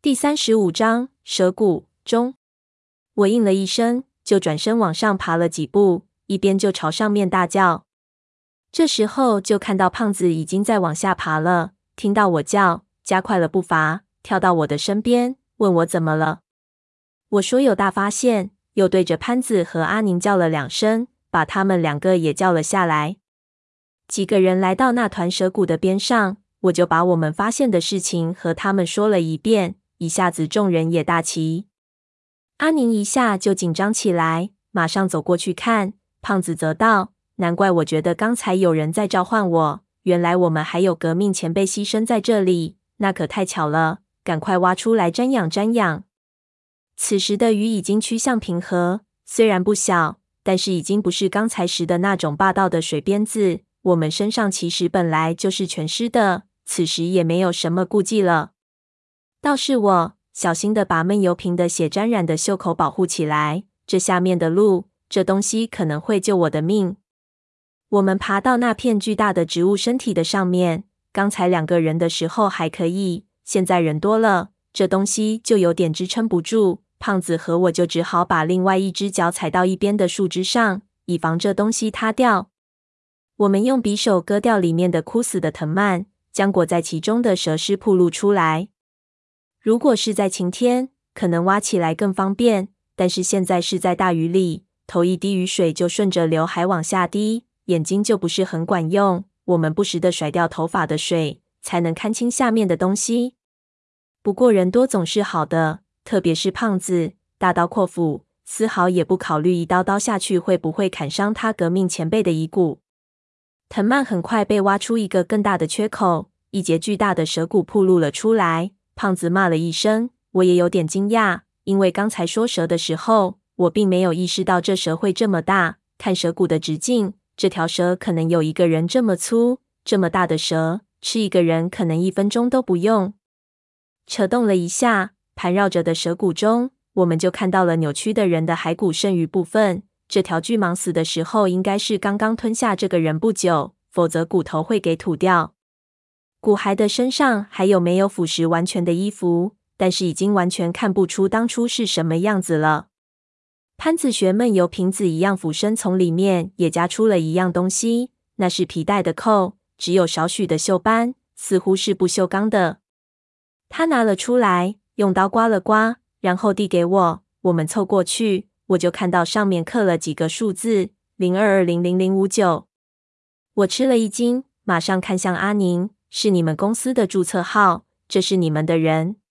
第35章蛇骨中，我应了一声，就转身往上爬了几步，一边就朝上面大叫。这时候就看到胖子已经在往下爬了，听到我叫，加快了步伐，跳到我的身边，问我怎么了。我说有大发现，又对着潘子和阿宁叫了2声，把他们2个也叫了下来。几个人来到那团蛇骨的边上，我就把我们发现的事情和他们说了一遍，一下子众人也大齐。阿宁一下就紧张起来，马上走过去看，胖子则道：难怪我觉得刚才有人在召唤我，原来我们还有革命前辈牺牲在这里，那可太巧了，赶快挖出来瞻仰瞻仰。此时的雨已经趋向平和，虽然不小，但是已经不是刚才时的那种霸道的水鞭子，我们身上其实本来就是全湿的，此时也没有什么顾忌了。倒是我小心地把闷油瓶的血沾染的袖口保护起来，这下面的路，这东西可能会救我的命。我们爬到那片巨大的植物身体的上面，刚才2个人的时候还可以，现在人多了，这东西就有点支撑不住，胖子和我就只好把另外一只脚踩到一边的树枝上，以防这东西塌掉。我们用匕首割掉里面的枯死的藤蔓，将裹在其中的蛇尸暴露出来。如果是在晴天，可能挖起来更方便，但是现在是在大雨里，头一滴雨水就顺着刘海往下滴，眼睛就不是很管用，我们不时地甩掉头发的水，才能看清下面的东西。不过人多总是好的，特别是胖子，大刀阔斧，丝毫也不考虑一刀刀下去会不会砍伤他革命前辈的遗骨。藤蔓很快被挖出一个更大的缺口，一截巨大的蛇骨暴露了出来。胖子骂了一声，我也有点惊讶，因为刚才说蛇的时候，我并没有意识到这蛇会这么大。看蛇骨的直径，这条蛇可能有1个人这么粗，这么大的蛇，吃1个人可能1分钟都不用。扯动了一下，盘绕着的蛇骨中，我们就看到了扭曲的人的骸骨剩余部分。这条巨蟒死的时候应该是刚刚吞下这个人不久，否则骨头会给吐掉。骨骸的身上还有没有腐蚀完全的衣服，但是已经完全看不出当初是什么样子了。潘子学闷油瓶子一样俯身从里面也夹出了一样东西，那是皮带的扣，只有少许的锈斑，似乎是不锈钢的。他拿了出来，用刀刮了刮，然后递给我，我们凑过去，我就看到上面刻了几个数字02200059。我吃了一惊，马上看向阿宁，是你们公司的注册号，这是你们的人，